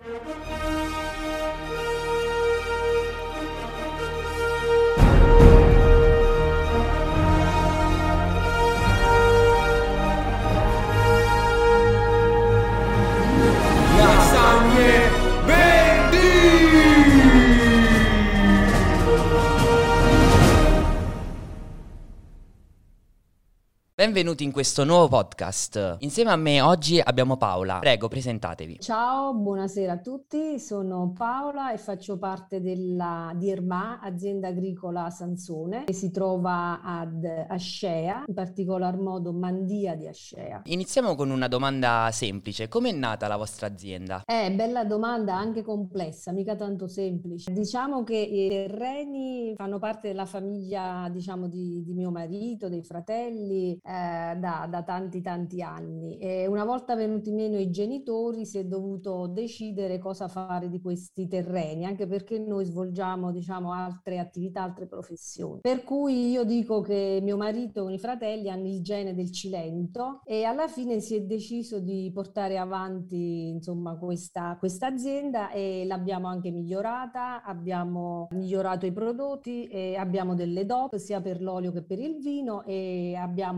Lasagne Verdi! Benvenuti in questo nuovo podcast. Insieme a me oggi abbiamo Paola. Prego, presentatevi. Ciao, buonasera a tutti. Sono Paola e faccio parte della DIRMA, azienda agricola Sansone, che si trova ad Ascea, in particolar modo Mandia di Ascea. Iniziamo con una domanda semplice. Come è nata la vostra azienda? Bella domanda, anche complessa, mica tanto semplice. Diciamo che i terreni fanno parte della famiglia, diciamo, di mio marito, dei fratelli, da tanti anni. E una volta venuti meno i genitori si è dovuto decidere cosa fare di questi terreni, anche perché noi svolgiamo, diciamo, altre attività, altre professioni. Per cui io dico che mio marito con i fratelli hanno il gene del Cilento e alla fine si è deciso di portare avanti, insomma, questa azienda, e l'abbiamo anche migliorata. Abbiamo migliorato i prodotti e abbiamo delle DOP sia per l'olio che per il vino, e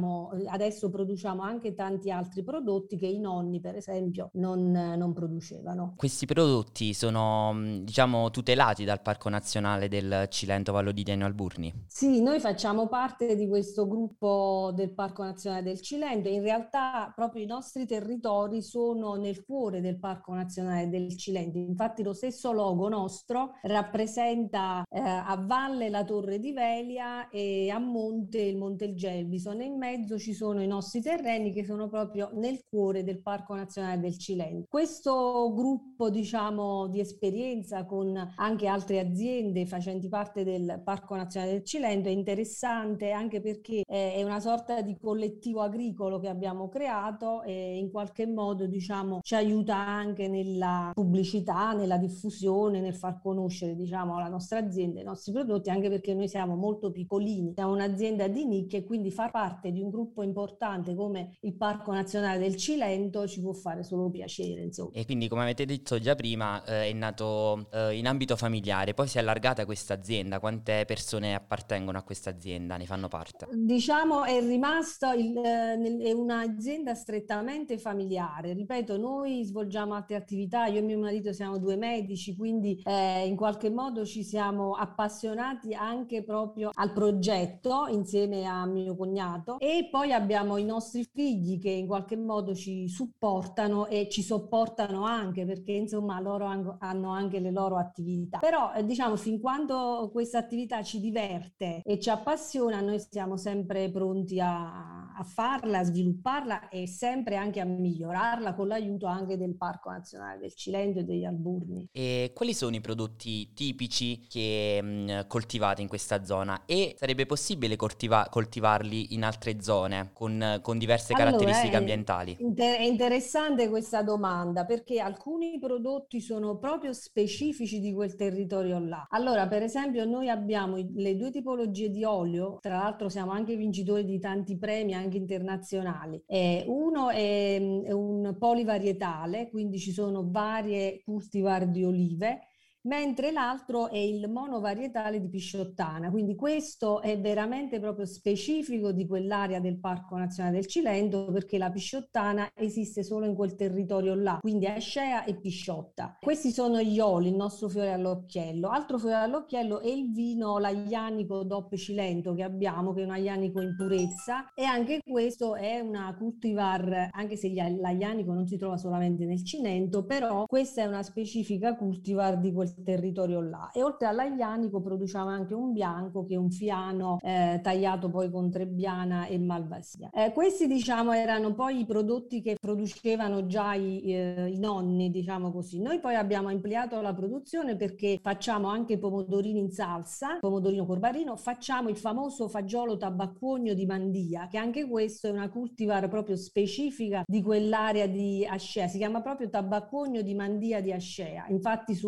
adesso produciamo anche tanti altri prodotti che i nonni, per esempio, non producevano. Questi prodotti sono, diciamo, tutelati dal Parco Nazionale del Cilento Vallo di Deno Alburni? Sì, noi facciamo parte di questo gruppo del Parco Nazionale del Cilento. In realtà proprio i nostri territori sono nel cuore del Parco Nazionale del Cilento. Infatti lo stesso logo nostro rappresenta a valle la Torre di Velia e a monte il Monte il Gelbison, e in mezzo ci sono i nostri terreni che sono proprio nel cuore del Parco Nazionale del Cilento. Questo gruppo, diciamo, di esperienza con anche altre aziende facenti parte del Parco Nazionale del Cilento è interessante, anche perché è una sorta di collettivo agricolo che abbiamo creato e in qualche modo, diciamo, ci aiuta anche nella pubblicità, nella diffusione, nel far conoscere, diciamo, la nostra azienda, i nostri prodotti, anche perché noi siamo molto piccolini, siamo un'azienda di nicchia, e quindi far parte di un gruppo importante come il Parco Nazionale del Cilento ci può fare solo piacere, insomma. E quindi, come avete detto già prima, è nato in ambito familiare, poi si è allargata questa azienda. Quante persone appartengono a questa azienda, ne fanno parte? Diciamo è rimasta è un'azienda strettamente familiare. Ripeto, noi svolgiamo altre attività, io e mio marito siamo due medici, quindi in qualche modo ci siamo appassionati anche proprio al progetto insieme a mio cognato, e poi abbiamo i nostri figli che in qualche modo ci supportano e ci sopportano anche, perché insomma loro hanno anche le loro attività. Però diciamo, fin quando questa attività ci diverte e ci appassiona, noi siamo sempre pronti a farla, a svilupparla e sempre anche a migliorarla, con l'aiuto anche del Parco Nazionale del Cilento e degli Alburni. E quali sono i prodotti tipici che coltivate in questa zona? E sarebbe possibile coltivarli in altre zone con diverse caratteristiche ambientali? È interessante questa domanda, perché alcuni prodotti sono proprio specifici di quel territorio là. Allora, per esempio, noi abbiamo le due tipologie di olio, tra l'altro siamo anche vincitori di tanti premi anche internazionali. Uno è un polivarietale, quindi ci sono varie cultivar di olive, mentre l'altro è il monovarietale di pisciottana, quindi questo è veramente proprio specifico di quell'area del Parco Nazionale del Cilento, perché la pisciottana esiste solo in quel territorio là, quindi Ascea e Pisciotta. Questi sono gli oli, il nostro fiore all'occhiello. Altro fiore all'occhiello è il vino l'Aglianico DOP Cilento che abbiamo, che è un aglianico in purezza, e anche questo è una cultivar, anche se l'aglianico non si trova solamente nel Cilento, però questa è una specifica cultivar di quel territorio là. E oltre all'aglianico produciamo anche un bianco, che è un fiano tagliato poi con trebbiana e malvasia. Questi, diciamo, erano poi i prodotti che producevano già i nonni, diciamo così. Noi poi abbiamo ampliato la produzione perché facciamo anche pomodorini in salsa, pomodorino corbarino, facciamo il famoso fagiolo tabaccuogno di Mandia, che anche questo è una cultivar proprio specifica di quell'area di Ascea, si chiama proprio tabaccuogno di Mandia di Ascea. Infatti sulla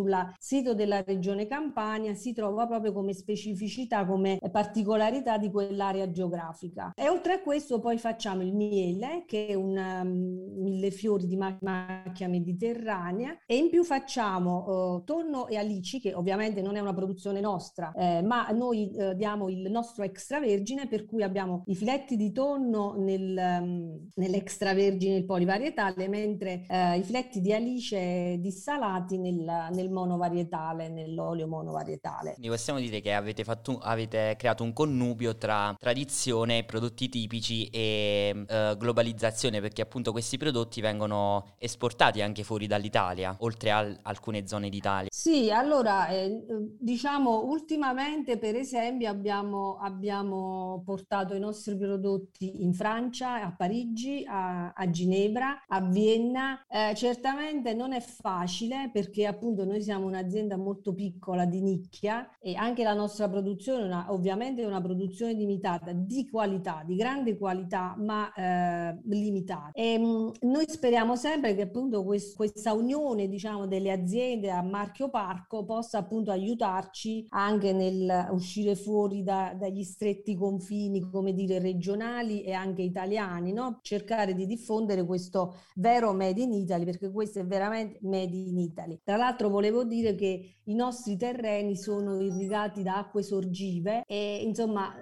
sito della regione Campania si trova proprio come specificità, come particolarità di quell'area geografica. E oltre a questo poi facciamo il miele, che è un millefiori di macchia mediterranea, e in più facciamo tonno e alici, che ovviamente non è una produzione nostra, ma noi diamo il nostro extravergine, per cui abbiamo i filetti di tonno nell'extravergine, il polivarietale, mentre i filetti di alice dissalati nel monovarietale, nell'olio monovarietale. Quindi possiamo dire che avete creato un connubio tra tradizione, prodotti tipici e globalizzazione, perché appunto questi prodotti vengono esportati anche fuori dall'Italia, oltre a alcune zone d'Italia. Sì, allora diciamo ultimamente per esempio abbiamo portato i nostri prodotti in Francia, a Parigi, a Ginevra, a Vienna. Certamente non è facile perché appunto noi siamo un'azienda molto piccola di nicchia e anche la nostra produzione ovviamente è una produzione limitata, di qualità, di grande qualità, ma limitata. E noi speriamo sempre che appunto questa unione, diciamo, delle aziende a marchio Parco possa appunto aiutarci anche nel uscire fuori dagli stretti confini, come dire, regionali e anche italiani, no? Cercare di diffondere questo vero Made in Italy, perché questo è veramente Made in Italy. Tra l'altro volevo dire che i nostri terreni sono irrigati da acque sorgive e insomma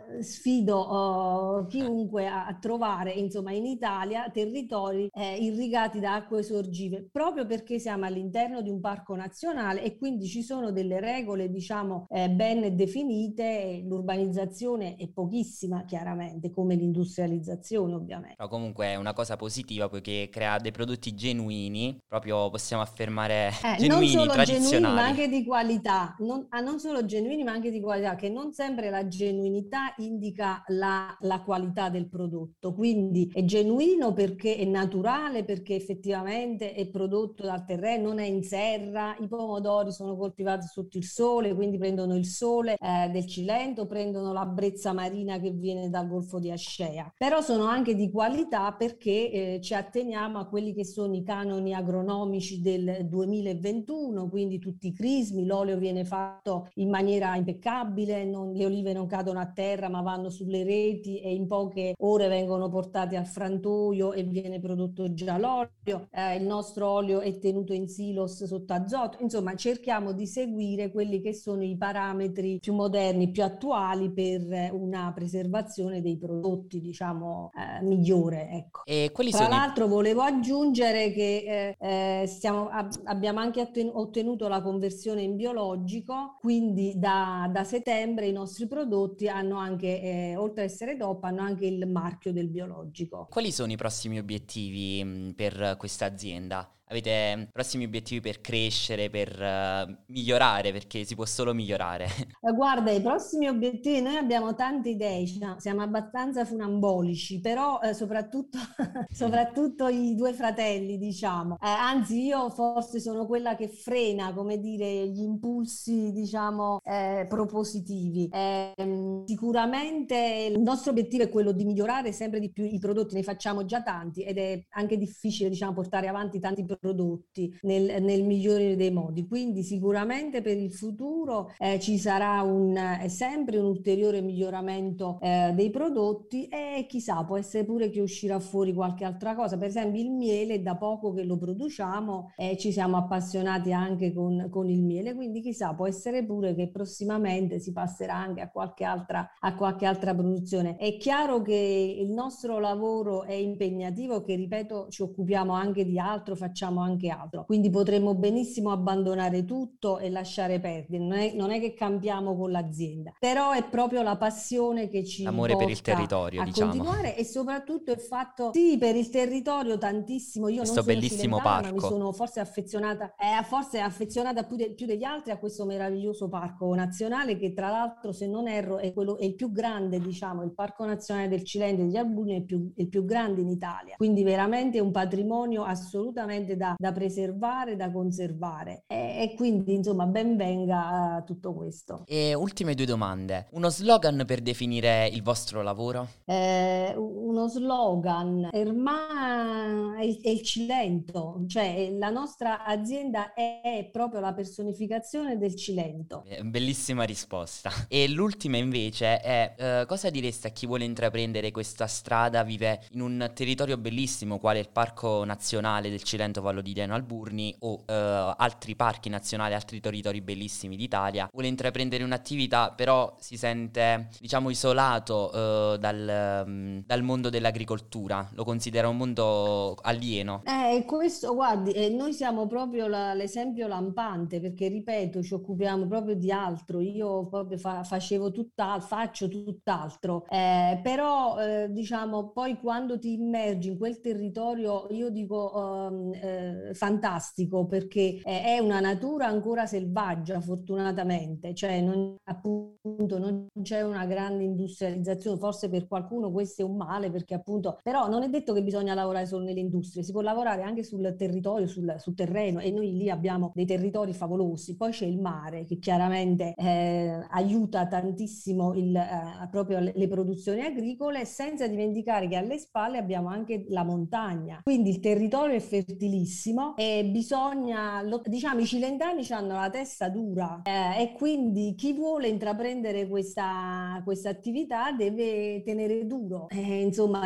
sfido chiunque a trovare insomma in Italia territori irrigati da acque sorgive, proprio perché siamo all'interno di un parco nazionale e quindi ci sono delle regole, diciamo, ben definite. L'urbanizzazione è pochissima, chiaramente, come l'industrializzazione, ovviamente. Però comunque è una cosa positiva poiché crea dei prodotti genuini, proprio possiamo affermare genuini, non solo tradizionali. Genuini, ma anche di qualità. Non solo genuini, ma anche di qualità, che non sempre la genuinità indica la qualità del prodotto. Quindi è genuino perché è naturale, perché effettivamente è prodotto dal terreno, non è in serra, i pomodori sono coltivati sotto il sole, quindi prendono il sole del Cilento, prendono la brezza marina che viene dal Golfo di Ascea. Però sono anche di qualità perché ci atteniamo a quelli che sono i canoni agronomici del 2021, quindi tutti i crismi, l'olio viene fatto in maniera impeccabile, le olive non cadono a terra ma vanno sulle reti e in poche ore vengono portate al frantoio e viene prodotto già l'olio, il nostro olio è tenuto in silos sotto azoto, insomma cerchiamo di seguire quelli che sono i parametri più moderni, più attuali per una preservazione dei prodotti, diciamo, migliore, ecco. E quali Tra sono l'altro volevo aggiungere che abbiamo anche ottenuto la conversione in biologico, quindi da settembre i nostri prodotti hanno anche, oltre ad essere DOP, hanno anche il marchio del biologico. Quali sono i prossimi obiettivi per questa azienda? Avete prossimi obiettivi per crescere, per migliorare, perché si può solo migliorare? Guarda, i prossimi obiettivi, noi abbiamo tante idee, siamo abbastanza funambolici, però soprattutto i due fratelli, diciamo. Anzi, io forse sono quella che frena, come dire, gli impulsi, diciamo, propositivi. Sicuramente il nostro obiettivo è quello di migliorare sempre di più i prodotti, ne facciamo già tanti ed è anche difficile, diciamo, portare avanti tanti prodotti nel migliore dei modi. Quindi sicuramente per il futuro ci sarà sempre un ulteriore miglioramento dei prodotti e chissà, può essere pure che uscirà fuori qualche altra cosa. Per esempio il miele, da poco che lo produciamo e ci siamo appassionati anche con il miele, quindi chissà, può essere pure che prossimamente si passerà anche a qualche altra produzione. È chiaro che il nostro lavoro è impegnativo, che ripeto ci occupiamo anche di altro, facciamo anche altro, quindi potremmo benissimo abbandonare tutto e lasciare perdere, non è che cambiamo con l'azienda, però è proprio la passione che ci L'amore per il territorio, a diciamo. continuare e soprattutto il fatto, sì, per il territorio tantissimo. Io questo non sono bellissimo cilentana, parco. ma mi sono forse affezionata più degli altri a questo meraviglioso parco nazionale che tra l'altro, se non erro, è il più grande, diciamo, il Parco Nazionale del Cilento e degli Albuni è il più grande in Italia, quindi veramente un patrimonio assolutamente da preservare, da conservare. e quindi insomma ben venga tutto questo. E ultime due domande. Uno slogan per definire il vostro lavoro? Uno slogan, Erma è il Cilento, cioè la nostra azienda è proprio la personificazione del Cilento. Bellissima risposta. E l'ultima invece è cosa direste a chi vuole intraprendere questa strada, vive in un territorio bellissimo quale il Parco Nazionale del Cilento Vallo di Diano Alburni o altri parchi nazionali, altri territori bellissimi d'Italia, vuole intraprendere un'attività però si sente diciamo isolato dal mondo dell'agricoltura, lo considera un mondo alieno. Questo, guardi, noi siamo proprio l'esempio lampante perché, ripeto, ci occupiamo proprio di altro. Io proprio faccio tutt'altro. Però, diciamo, poi quando ti immergi in quel territorio, io dico fantastico perché è una natura ancora selvaggia, fortunatamente, cioè appunto non c'è una grande industrializzazione, forse per qualcuno questo è un male perché appunto, però non è detto che bisogna lavorare solo nelle industrie, si può lavorare anche sul territorio, sul terreno, e noi lì abbiamo dei territori favolosi. Poi c'è il mare che chiaramente aiuta tantissimo proprio le produzioni agricole, senza dimenticare che alle spalle abbiamo anche la montagna, quindi il territorio è fertilissimo e bisogna, diciamo, i cilentani hanno la testa dura e quindi chi vuole intraprendere questa attività deve tenere duro, insomma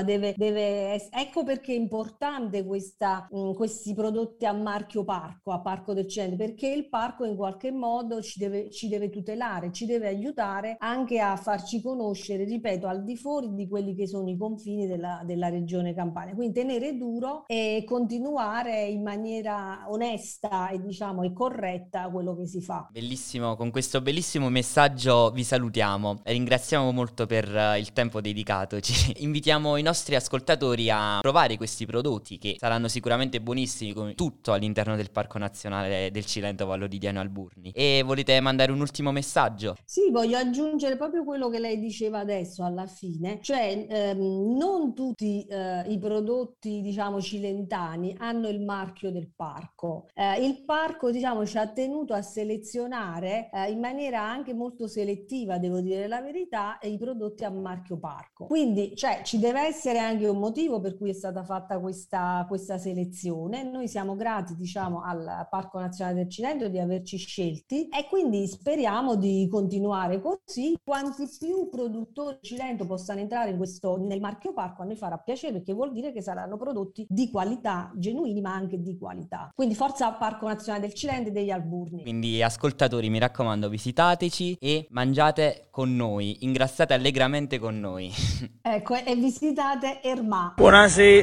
ecco perché è importante questi prodotti a marchio Parco, a Parco del Cilento, perché il parco in qualche modo ci deve tutelare, ci deve aiutare anche a farci conoscere, ripeto, al di fuori di quelli che sono i confini della regione Campania. Quindi tenere duro e continuare in maniera onesta e diciamo e corretta quello che si fa. Bellissimo, con questo bellissimo messaggio vi salutiamo. Ringraziamo molto per il tempo dedicatoci. Invitiamo i nostri ascoltatori a provare questi prodotti che saranno sicuramente buonissimi come tutto all'interno del Parco Nazionale del Cilento Vallo di Diano Alburni. E volete mandare un ultimo messaggio? Sì, voglio aggiungere proprio quello che lei diceva adesso alla fine, cioè non tutti i prodotti diciamo cilentani hanno il marchio del parco. Il parco diciamo ci ha tenuto a selezionare in maniera anche molto selettiva, devo dire la verità, i prodotti a marchio parco. Quindi cioè, ci deve essere anche un motivo per cui è stata fatta questa selezione. Noi siamo grati diciamo al Parco Nazionale del Cilento di averci scelti e quindi speriamo di continuare così. Quanti più produttori di Cilento possano entrare nel marchio parco a noi farà piacere, perché vuol dire che saranno prodotti di qualità, genuini ma anche di qualità. Quindi forza Parco Nazionale del Cilento e degli Alburni. Quindi ascoltatori, mi raccomando, visitateci e mangiate con noi, ingrassate allegramente con noi. Ecco, e visitate Erma. Buonasera.